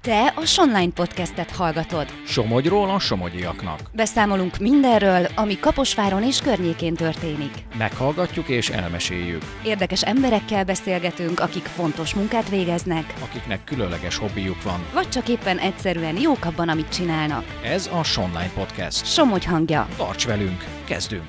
Te a Sonline podcastet hallgatod. Somogyról a somogyiaknak. Beszámolunk mindenről, ami Kaposváron és környékén történik. Meghallgatjuk és elmeséljük. Érdekes emberekkel beszélgetünk, akik fontos munkát végeznek, Akiknek különleges hobbijuk van. vagy csak éppen egyszerűen jók abban, amit csinálnak. Ez a Sonline Podcast. Somogy hangja. Tarts velünk, kezdünk!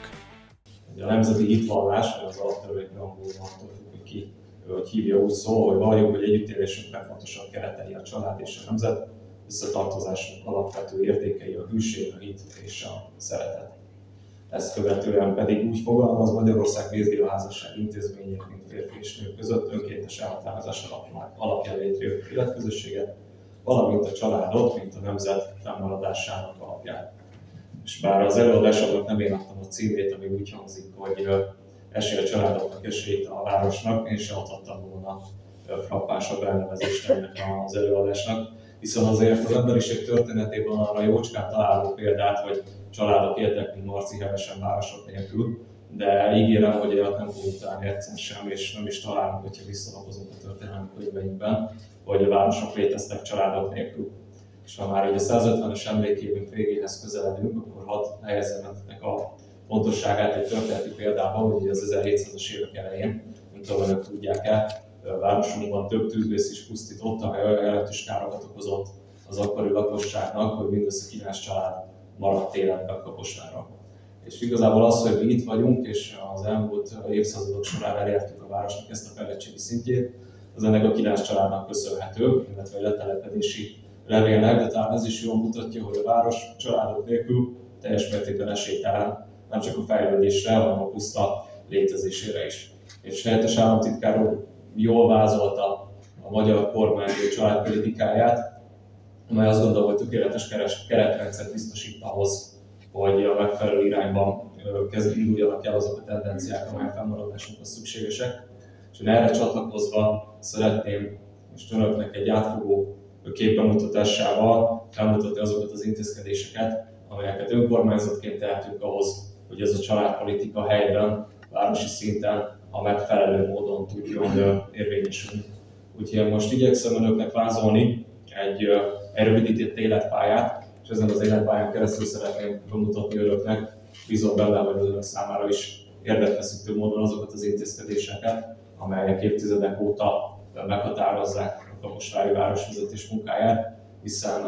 A nemzeti hitvallás, az alaptörvényben angolul attól függ, hogy hívja úgy szól, hogy valljuk, hogy együttélésünk legfontosabb keretei a család és a nemzet, összetartozásunk alapvető értékei a hűség, a hit és a szeretet. Ezt követően pedig úgy fogalmaz Magyarország vézdélházasság intézmények, mint férfi és nő között önkéntes elhatározás alapján létrejövő életközösséget, valamint a családot, mint a nemzet fennmaradásának alapján. És bár az előadásomnak nem én adtam a címét, ami úgy hangzik, hogy esély a családoknak, esélyt a városnak, én sem adhattam volna frappánsabb elnevezést ennek az előadásnak, hiszen azért az emberiség történetében arra jócskán találunk példát, hogy családok éltek, mint Marci hevesen városok nélkül, de ígérem, hogy olyat nem fogunk találni egyszer sem, és nem is találunk, hogyha visszalapozunk a történelmi könyveinkben, hogy a városok léteztek családok nélkül. És ha már a 150-es emlékévünk végéhez közeledünk, akkor hadd helyezzem ennek a fontosságát egy történeti példában, hogy az 1700-as évek elején, mint ahol önök tudják-e, városunkban több tűzvész is pusztított, amely olyan jelentős károkat okozott az akkori lakosságnak, hogy mindössze 9 család maradt életben Kaposvárra. És igazából az, hogy mi itt vagyunk, és az elmúlt évszázadok során elértük a városnak ezt a fejlettségi szintjét, az ennek a 9 családnak köszönhető, illetve a letelepedési levélnek, de talán ez is jól mutatja, hogy a város családok nélkül teljes mértékben esélytelen, nem csak a fejlődésre, hanem a puszta létezésére is. És helyettes államtitkár úr jól vázolta a magyar kormány családpolitikáját, amely azt gondolom, hogy tökéletes keretrendszert biztosít ahhoz, hogy a megfelelő irányban induljanak el azok a tendenciák, amelyek fennmaradásunkhoz szükségesek. És én erre csatlakozva szeretném most önöknek egy átfogó képbemutatásával felmutatni azokat az intézkedéseket, amelyeket önkormányzatként tehetünk ahhoz, hogy ez a családpolitika helyben, városi szinten a megfelelő módon tudjon érvényesülni. Úgyhogy most igyekszem önöknek vázolni egy rövidített életpályát, és ezen az életpályán keresztül szeretném bemutatni önöknek, bízom benne, hogy az önök számára is érdekfeszítő módon azokat az intézkedéseket, amelyek évtizedek óta meghatározzák a kaposvári városvezetés munkáját, hiszen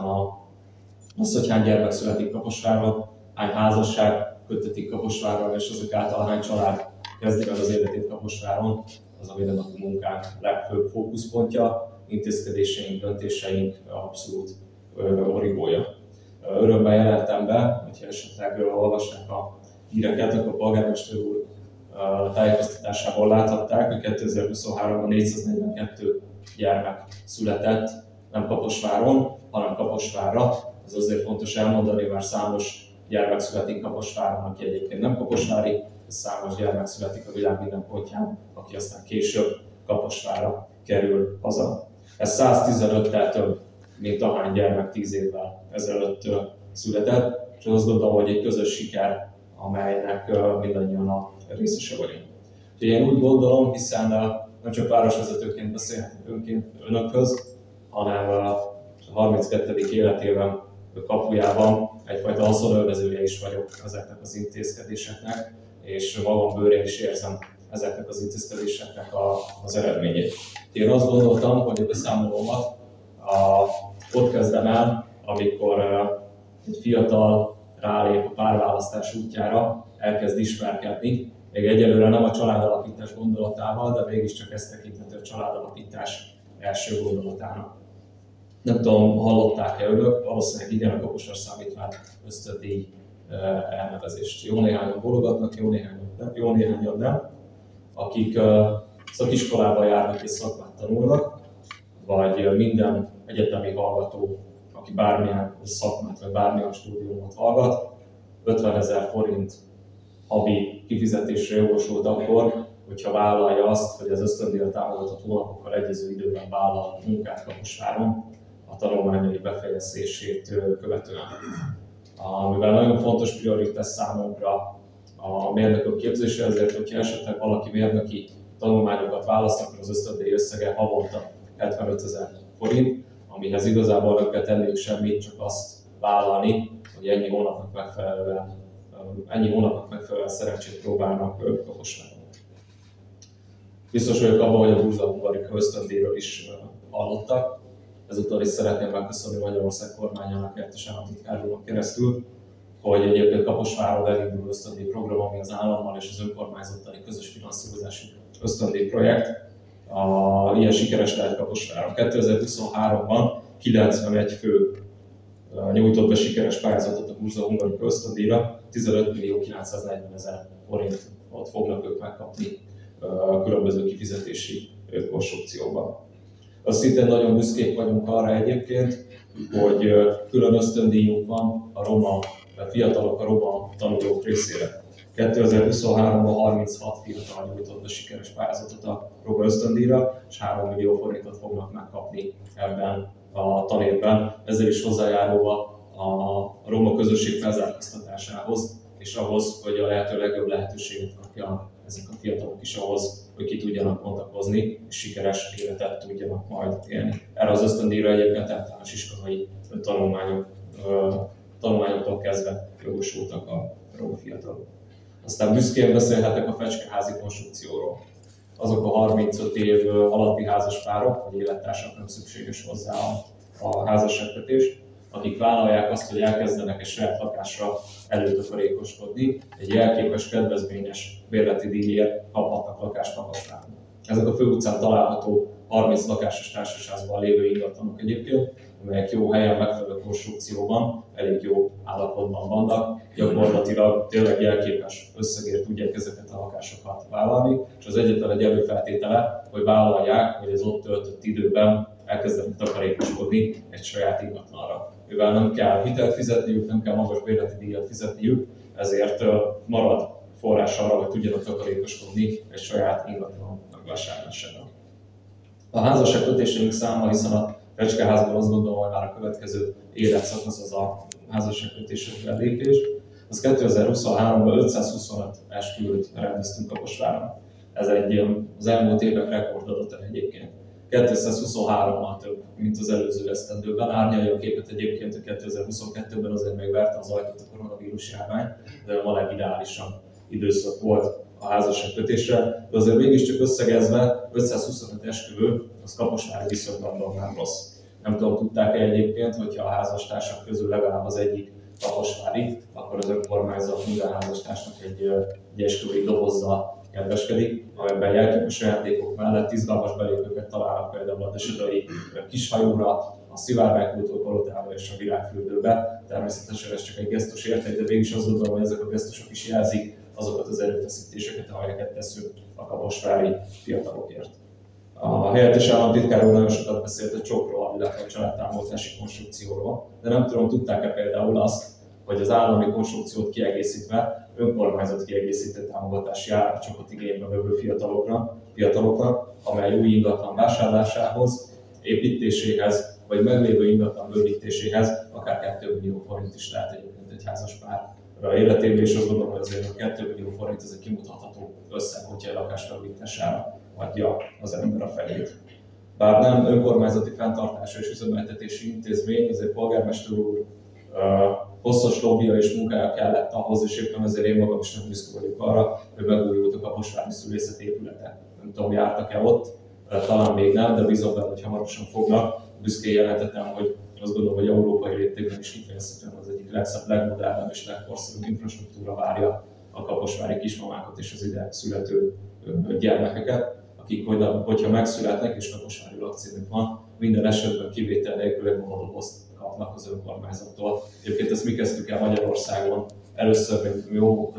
az, hogy hány gyermek születik Kaposvárban, hány házasság köttetik Kaposvárral, és azok által hány család kezdi meg az életét Kaposváron, az a mindennapi munkánk legfőbb fókuszpontja, intézkedéseink, döntéseink abszolút origója. Örömmel jelentem be, hogyha esetleg olvasták a híreket, akkor a polgármester úr tájékoztatásából láthatták, hogy 2023-ban 442 gyermek született, nem Kaposváron, hanem Kaposvárra. Ez azért fontos elmondani, mert számos gyermek születik Kaposváron, aki egyébként nem kaposvári, és számos gyermek születik a világ minden pontján, aki aztán később Kaposvárra kerül haza. Ez 115-tel több, mint ahány gyermek 10 évvel ezelőtt született, és azt gondolom, hogy egy közös siker, amelynek mindannyian a részese vagyunk. Úgyhogy én úgy gondolom, hiszen nem csak városvezetőként beszélhetünk önökhöz, hanem a 32. életében kapujában egyfajta haszonélvezője is vagyok ezeknek az intézkedéseknek, és magam bőrén is érzem ezeknek az intézkedéseknek az eredményét. Én azt gondoltam, hogy a beszámolómat ott kezdem el, amikor egy fiatal rálép a párválasztás útjára, elkezd ismerkedni, még egyelőre nem a családalapítás gondolatával, de mégiscsak ezt tekinthető a családalapítás első gondolatának. Nem tudom, hallották-e önök, valószínűleg igen, a Kaposvár Számítvány ösztöndíj elnevezést. Jó néhányan bologatnak, jó néhányan nem, akik szakiskolában járnak és szakmát tanulnak, vagy minden egyetemi hallgató, aki bármilyen szakmát vagy bármilyen stúdiumot hallgat, 50 000 forint havi kifizetésre jogosult akkor, hogyha vállalja azt, hogy az ösztöndíjra támogatott hónapokkal egyező időben vállal munkát Kaposváron a tanulmányai befejezését követően. Mivel nagyon fontos prioritás számunkra a mérnökök képzése, ezért, hogyha esetleg valaki mérnöki tanulmányokat választ, akkor az ösztöndíj összege havonta 75 000 forint, amihez igazából nem kell tenniük semmit, csak azt vállalni, hogy ennyi hónapnak megfelelően szerencsét próbálnak Kaposváron. Biztos vagyok abban, hogy a Burza Hungarika ösztöndíjról is hallottak. Ezúttal is szeretném megköszönni Magyarország kormányának, Kertes államtitkár keresztül, hogy egyébként Kaposváron elindul ösztöndíj program, ami az állammal és az önkormányzattal egy közös finanszírozású ösztöndíj projekt. Ilyen sikeres lehet Kaposváron. 2023-ban 91 fő nyújtott be sikeres pályázatot a Burza Hungarika ösztöndíjra, 15.940.000 forintot fognak ők megkapni különböző kifizetési konstrukcióban. Azt szintén nagyon büszkék vagyunk arra egyébként, hogy külön ösztöndíjunk van a fiatalok, a roma tanulók részére. 2023-ban 36 fiatal nyújtott be sikeres pályázatot a roma ösztöndíjra, és 3 millió forintot fognak megkapni ebben a tanévben. Ezzel is hozzájárulva a roma közösség felzárkóztatásához, és ahhoz, hogy a lehető legjobb lehetőséget kapjanak ezek a fiatalok is ahhoz, hogy ki tudjanak bontakozni, és sikeres életet tudjanak majd élni. Erre az ösztöndíjra egyébként általános iskolai tanulmányoktól kezdve jogosultak a roma fiatalok. Aztán büszkén beszélhetek a fecskeházi konstrukcióról. Azok a 35 év alatti házaspárok, vagy élettársak, nem szükséges hozzá a házasságkötés, akik vállalják azt, hogy elkezdenek egy saját lakásra előtakarékoskodni, egy jelképes, kedvezményes bérleti díjért kaphatnak lakást Kaposváron. Ezek a főutcán található 30 lakásos társasházban lévő ingatlanok egyébként, amelyek jó helyen, megfelelő konstrukcióban, elég jó állapotban vannak, gyakorlatilag tényleg jelképes összegért tudják ezeket a lakásokat vállalni, és az egyetlen egy előfeltétele, hogy vállalják, hogy az ott töltött időben elkezdenek takarékoskodni egy saját ingatlanra. Mivel nem kell hitelt fizetniük, nem kell magas bérleti díjat fizetniük, ezért marad forrás arra, hogy tudjanak takarékoskodni egy saját ingatlan megvásárlására. A házasságkötéseink száma, hiszen a Fecskeházban azt gondolom, hogy már a következő életszakasz az a házasságkötésekre lépés. Az 2023-ban 525 esküvőt rendeztünk Kaposváron. Ez az elmúlt évek rekordadata egyébként. 223-mal több, mint az előző esztendőben. Árnyalja a képet egyébként, a 2022-ben azért még verte az ajtót a koronavírus járvány, de a legideálisabb időszak volt a házasságkötésre, de azért mégiscsak összegezve 525 esküvő, az kaposvári viszonylatban nem rossz. Nem tudom, tudták-e egyébként, hogyha a házastársak közül legalább az egyik kaposvári, akkor az önkormányzat minden házastársnak egy esküvői dobozzal kedveskedik, amelyben jelképes ajándékok mellett izgalmas belépőket találnak például a Desidai Kishajóra, a Szivárványkultúr Palotába és a Virágfürdőbe. Természetesen ez csak egy gesztus érték, de mégis azt gondolom, hogy ezek a gesztusok is jelzik azokat az erőfeszítéseket, amelyeket teszünk a kaposvári fiatalokért. A helyettes államtitkár úr nagyon sokat beszélt a csokról, illetve a családtámogatási konstrukcióról, de nem tudom, tudták-e például azt, hogy az állami konstrukciót kiegészítve önkormányzat kiegészített támogatási árcsokot igénybe vevő fiataloknak, amely új ingatlan vásárlásához, építéséhez, vagy meglévő ingatlan bővítéséhez akár 2 millió forint is lehet egyébként egy házaspár életében, és azt gondolom, hogy azért a 2 millió forint ez egy kimutatható összeg, hogyha egy lakás felújítására adja az ember a fejét. Bár nem önkormányzati fenntartása és üzemeltetési intézmény, azért polgármester úr hosszas lobbija és munkája kellett ahhoz, és éppen ezért én magam is nem büszke vagyok arra, hogy megújult a kaposvári szülészet épülete. Nem tudom, jártak-e ott, talán még nem, de bízom benne, hogy hamarosan fognak. Büszkén jelentetem, hogy azt gondolom, hogy európai léptékben is kifejezetten az egyik legszebb, legmodernebb és legkorszerűbb infrastruktúra várja a kaposvári kismamákat és az ide születő gyermekeket, akik, hogyha megszületnek és kaposvári lakcímük van, minden esetben kivétel nélkül egy dobozt kapnak az önkormányzattól. Egyébként ezt mi kezdtük el Magyarországon. Először még jó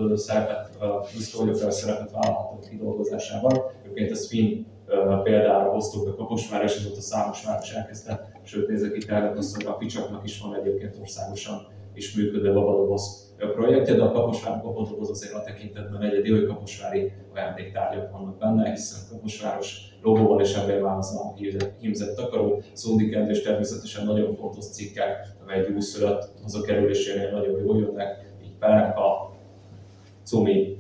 szerepet vállalhatunk kidolgozásában. Egyébként ezt finn példára hoztuk a Kaposvár, és azóta számos város elkezdte, sőt nézzek itt a Ficsaknak is van egyébként országosan is működő babadoboz projektje, de a Kaposvári babadoboz azért a tekintetben egyedi, hogy kaposvári ajándéktárgyak vannak benne, hiszen kaposváros logóval és emblémázza a hímzett takaró, szódikend és természetesen nagyon fontos cikkek, amely egy újszülött hazakerülésénél nagyon jól jönnek, így pelenka, cumi,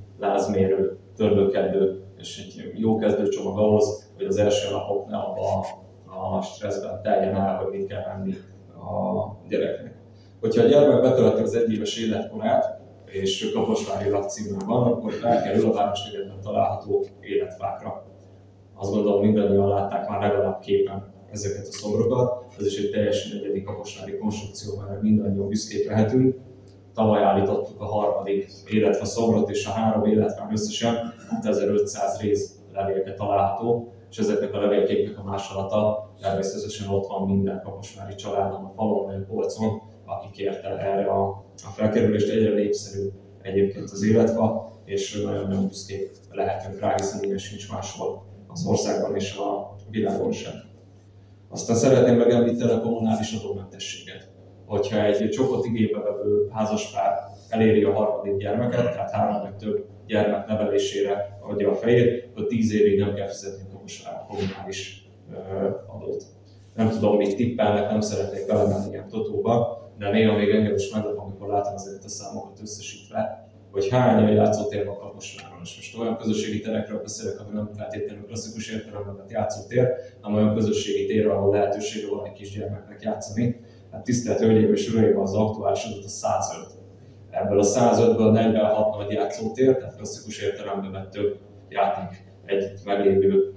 lázmérő, törlőkedő, és egy jó kezdőcsomag ahhoz, hogy az első napok ne abba a a stresszben teljen el, hogy mit kell venni a gyereknek. Hogyha a gyermek betölti az 1 éves életkorát, és Kaposvári lakcímben van, akkor elkerül a Városligetben található életfákra. Azt gondolom, mindannyian látták már legalább képen ezeket a szobrokat. Ez is egy teljesen egyedi kaposvári konstrukció, mert mindannyian büszkék lehetünk. Tavaly állítottuk a 3. életfa szobrot, és a 3 életfán összesen 1500 rézlevélke található, és ezeknek a levélkéknek a másolata természetesen ott van minden kaposvári családon, a falon vagy a polcon, aki kérte erre a felkerülést. Egyre népszerű egyébként az életfa, és nagyon-nagyon büszkék lehetünk rá, hiszen ilyen sincs máshol az országban és a világon sem. Aztán szeretném megemlíteni a kommunális adómentességet. Hogyha egy csoport igénybe vevő házaspár eléri a 3. gyermeket, tehát 3 vagy több gyermek nevelésére adja a fejét, akkor 10 évig nem kell fizetni a kommunális adót. Nem tudom, mit tippelnek, nem szeretnék belemenni ilyen totóba, de néha még engem is meglep, amikor látom ezeket a számokat összesítve, hogy hány játszótér van Kaposváron. És most olyan közösségi terekről beszélek, ami nem feltétlenül klasszikus értelemben vett játszótér, hanem olyan közösségi térre, ahol lehetősége van egy kisgyermeknek játszani. Hát tisztelt Hölgyeim és Uraim, az aktuális adat a 105. Ebből a 105-ből 46 nagy játszótér, tehát klasszikus értelemben vett több játék együtt meglévő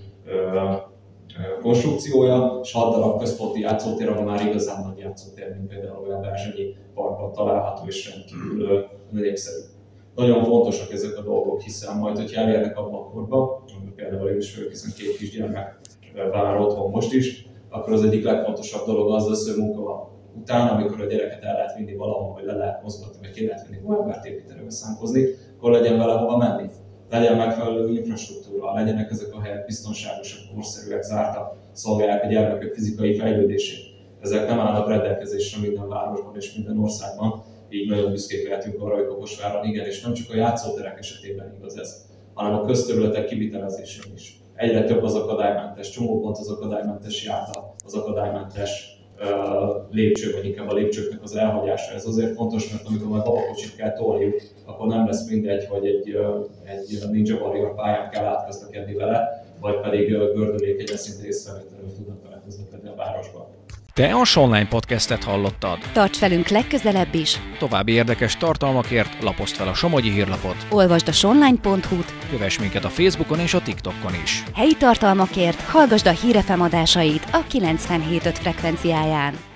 konstrukciója, és 6 darab központi játszótér, ami már igazán nagy játszótér, mint például olyan Berzsenyi parkban található és rendkívül népszerű. Nagyon fontosak ezek a dolgok, hiszen majd, hogyha elérnek abba a korba, például én is vagyok, hiszen 2 kisgyermek vár otthon most is, akkor az egyik legfontosabb dolog az lesz, hogy munka után, amikor a gyereket el lehet vinni valahol, vagy le lehet mozgatni, vagy ki lehet vinni munkát építeni, számkozni, akkor legyen vele hova menni. Legyen megfelelő infrastruktúra, legyenek ezek a helyek biztonságosak, korszerűek, zártak, szolgálják a gyermekek fizikai fejlődését. Ezek nem állnak rendelkezésre minden városban és minden országban, így nagyon büszkék lehetünk arra, hogy Kaposváron igen, és nem csak a játszóterek esetében igaz ez, hanem a közterületek kivitelezésén is. Egyre több az akadálymentes csomópont, az akadálymentes járda, az akadálymentes lépcső, vagy inkább a lépcsőknek az elhagyása. Ez azért fontos, mert amikor majd babakocsit kell tolniuk, akkor nem lesz mindegy, hogy egy Ninja Warrior pályán kell átközlekedni vele, vagy pedig gördülékegyen szinte észrevétlenül tudnak vele közlekedni a városba. Te a Sonline podcastet hallottad. Tarts velünk legközelebb is! További érdekes tartalmakért lapozd fel a Somogyi hírlapot. Olvasd a sonline.hu-t, Kövess minket a Facebookon és a TikTokon is. helyi tartalmakért hallgasd a Hír FM adásait a 97.5 frekvenciáján.